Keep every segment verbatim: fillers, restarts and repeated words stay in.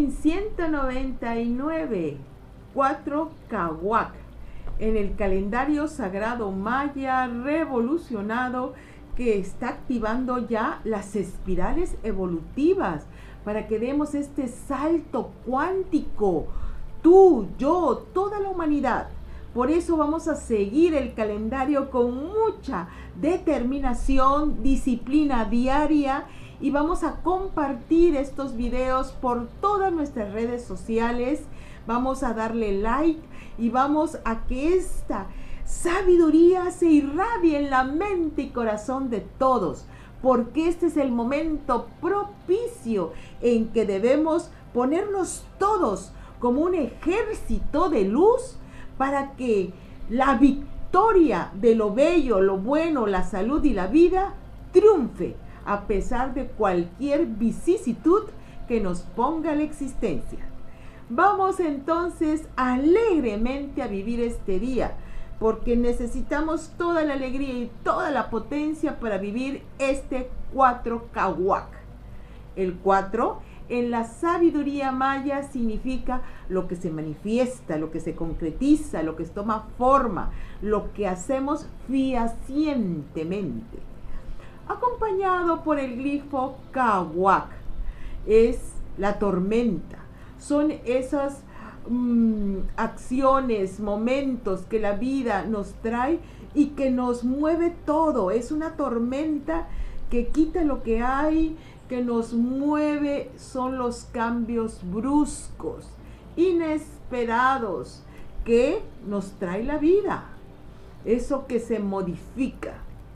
en ciento noventa y nueve, cuatro Cahuac, en el calendario sagrado maya revolucionado, que está activando ya las espirales evolutivas para que demos este salto cuántico, tú, yo, toda la humanidad. Por eso vamos a seguir el calendario con mucha determinación, disciplina diaria, y vamos a compartir estos videos por todas nuestras redes sociales. Vamos a darle like y vamos a que esta sabiduría se irradie en la mente y corazón de todos, porque este es el momento propicio en que debemos ponernos todos como un ejército de luz para que la victoria de lo bello, lo bueno, la salud y la vida triunfe a pesar de cualquier vicisitud que nos ponga la existencia. Vamos entonces alegremente a vivir este día, porque necesitamos toda la alegría y toda la potencia para vivir este cuatro Cahuac. El cuatro en la sabiduría maya significa lo que se manifiesta, lo que se concretiza, lo que toma forma, lo que hacemos fehacientemente. Acompañado por el glifo Cahuac, es la tormenta. Son esas mmm, acciones, momentos que la vida nos trae y que nos mueve todo. Es una tormenta que quita lo que hay, que nos mueve. Son los cambios bruscos, inesperados, que nos trae la vida. Eso que se modifica.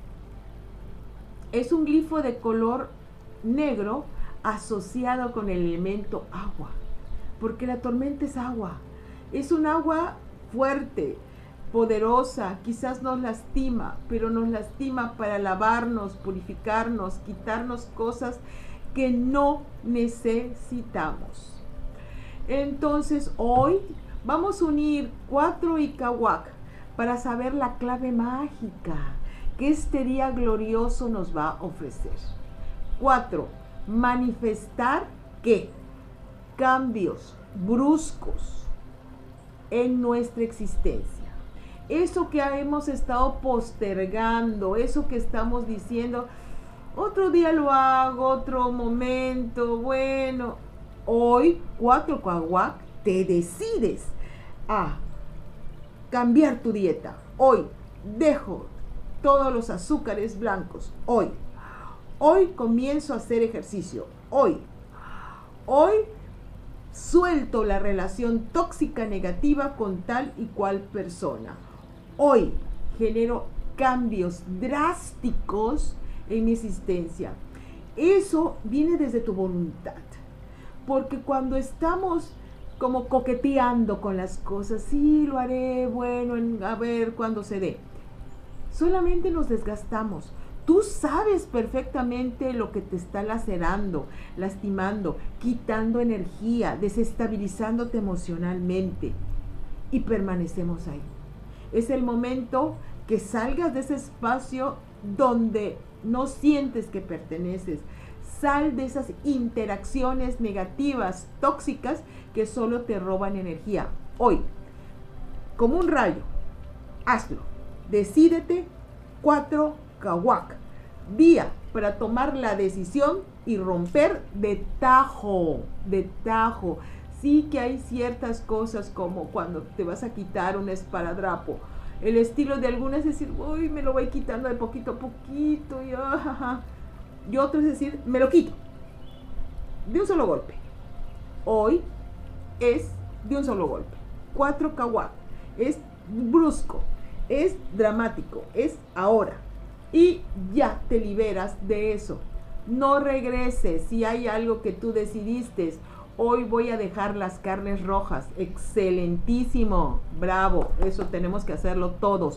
Es un glifo de color negro asociado con el elemento agua, porque la tormenta es agua. Es un agua fuerte, poderosa, quizás nos lastima, pero nos lastima para lavarnos, purificarnos, quitarnos cosas que no necesitamos. Entonces hoy vamos a unir cuatro y Cahuac para saber la clave mágica que este día glorioso nos va a ofrecer. Cuatro, manifestar ¿qué? Cambios bruscos en nuestra existencia. Eso que hemos estado postergando, eso que estamos diciendo, otro día lo hago, otro momento, bueno, hoy, cuatro Cahuac, te decides a cambiar tu dieta. Hoy dejo todos los azúcares blancos. Hoy, hoy comienzo a hacer ejercicio. Hoy, hoy suelto la relación tóxica negativa con tal y cual persona. Hoy genero cambios drásticos en mi existencia. Eso viene desde tu voluntad, porque cuando estamos como coqueteando con las cosas, sí, lo haré, bueno, en, a ver cuándo se dé, solamente nos desgastamos. Tú sabes perfectamente lo que te está lacerando, lastimando, quitando energía, desestabilizándote emocionalmente, y permanecemos ahí. Es el momento que salgas de ese espacio donde no sientes que perteneces. Sal de esas interacciones negativas, tóxicas, que solo te roban energía. Hoy, como un rayo, hazlo. Decídete. Cuatro Cahuac, día para tomar la decisión y romper de tajo, de tajo. Sí que hay ciertas cosas como cuando te vas a quitar un esparadrapo. El estilo de algunas es decir, uy, me lo voy quitando de poquito a poquito. Y, ah, y otro es decir, me lo quito de un solo golpe. Hoy es de un solo golpe. Cuatro Cahuac, es brusco, es dramático, es ahora. Y ya te liberas de eso. No regreses. Si hay algo que tú decidiste, hoy voy a dejar las carnes rojas. Excelentísimo, bravo. Eso tenemos que hacerlo todos.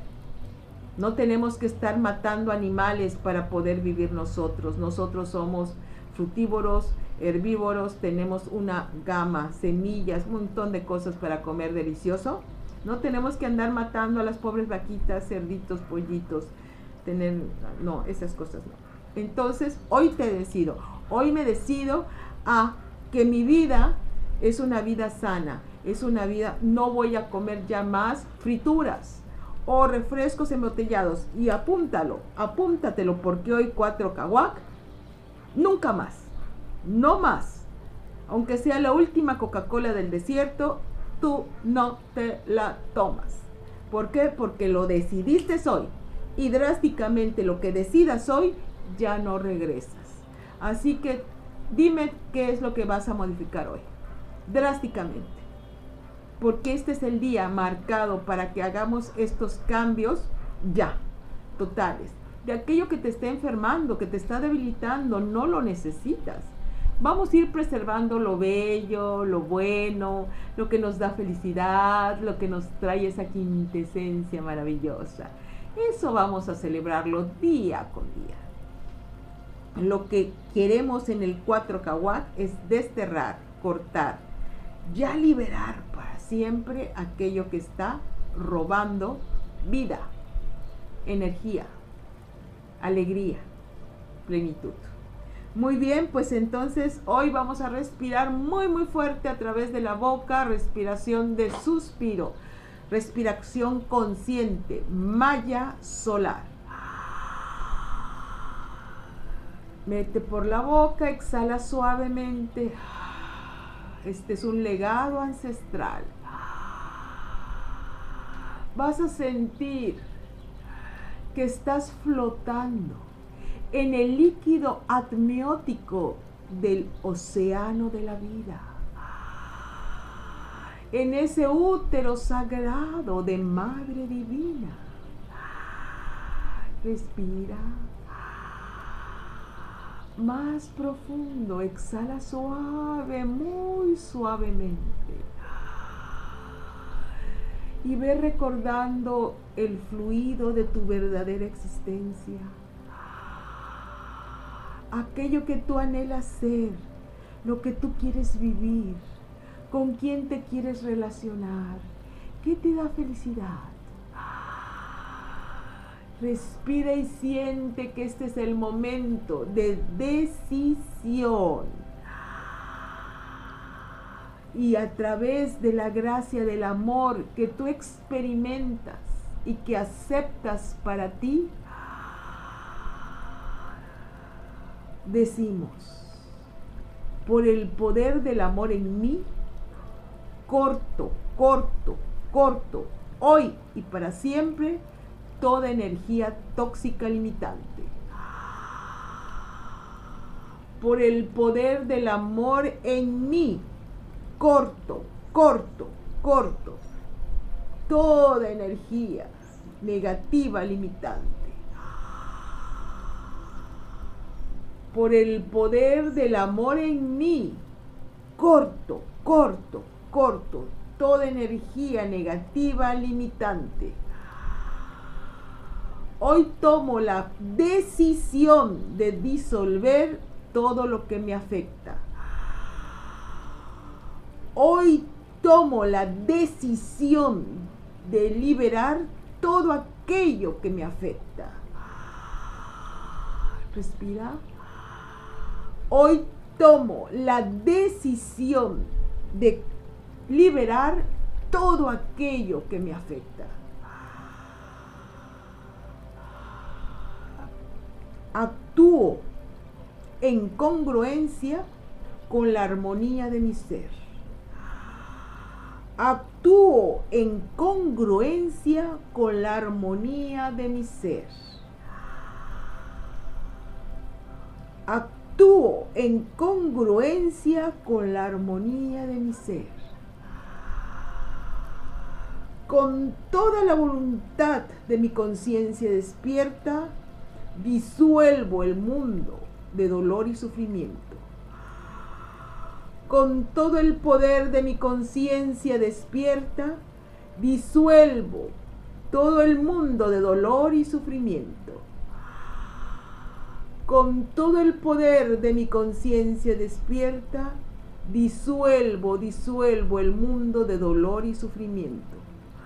No tenemos que estar matando animales para poder vivir nosotros. Nosotros somos frutívoros, herbívoros, tenemos una gama, semillas, un montón de cosas para comer delicioso. No tenemos que andar matando a las pobres vaquitas, cerditos, pollitos, tener, no, esas cosas no. Entonces, hoy te decido, hoy me decido a que mi vida es una vida sana, es una vida, no voy a comer ya más frituras o refrescos embotellados. Y apúntalo, apúntatelo, porque hoy cuatro caguac, nunca más, no más. Aunque sea la última Coca-Cola del desierto, tú no te la tomas. ¿Por qué? Porque lo decidiste hoy. Y drásticamente lo que decidas hoy, ya no regresas. Así que dime qué es lo que vas a modificar hoy. Drásticamente. Porque este es el día marcado para que hagamos estos cambios ya, totales. De aquello que te está enfermando, que te está debilitando, no lo necesitas. Vamos a ir preservando lo bello, lo bueno, lo que nos da felicidad, lo que nos trae esa quintesencia maravillosa. Eso vamos a celebrarlo día con día. Lo que queremos en el cuatro caguac es desterrar, cortar, ya liberar para siempre aquello que está robando vida, energía, alegría, plenitud. Muy bien, pues entonces hoy vamos a respirar muy muy fuerte a través de la boca, respiración de suspiro, respiración consciente, malla solar. Mete por la boca, exhala suavemente. Este es un legado ancestral. Vas a sentir que estás flotando en el líquido amniótico del océano de la vida, en ese útero sagrado de Madre Divina. Respira más profundo, exhala suave, muy suavemente, y ve recordando el fluido de tu verdadera existencia. Aquello que tú anhelas ser, lo que tú quieres vivir, con quién te quieres relacionar, qué te da felicidad. Respira y siente que este es el momento de decisión. Y a través de la gracia del amor que tú experimentas y que aceptas para ti, decimos, por el poder del amor en mí, corto, corto, corto, hoy y para siempre, toda energía tóxica limitante. Por el poder del amor en mí, corto, corto, corto, toda energía negativa limitante. Por el poder del amor en mí, corto, corto, corto, toda energía negativa limitante. Hoy tomo la decisión de disolver todo lo que me afecta. Hoy tomo la decisión de liberar todo aquello que me afecta. Respira. Hoy tomo la decisión de liberar todo aquello que me afecta. Actúo en congruencia con la armonía de mi ser. Actúo en congruencia con la armonía de mi ser. Actúo en congruencia con la armonía de mi ser. Con toda la voluntad de mi conciencia despierta, disuelvo el mundo de dolor y sufrimiento. Con todo el poder de mi conciencia despierta, disuelvo todo el mundo de dolor y sufrimiento. Con todo el poder de mi conciencia despierta, disuelvo, disuelvo el mundo de dolor y sufrimiento.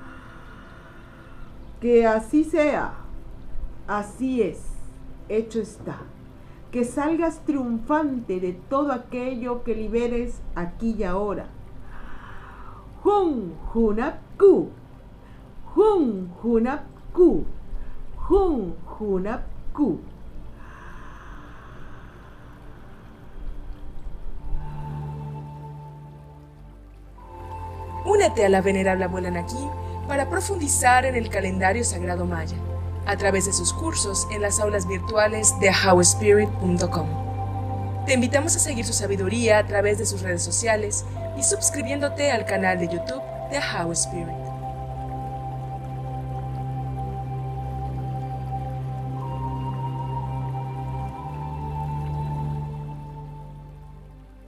Que así sea, así es, hecho está. Que salgas triunfante de todo aquello que liberes aquí y ahora. Hun Hunapku. Hun Hunapku. Hun Hunapku. Únete a la venerable abuela Naki para profundizar en el calendario sagrado maya, a través de sus cursos en las aulas virtuales de how spirit punto com. Te invitamos a seguir su sabiduría a través de sus redes sociales y suscribiéndote al canal de YouTube de How Spirit.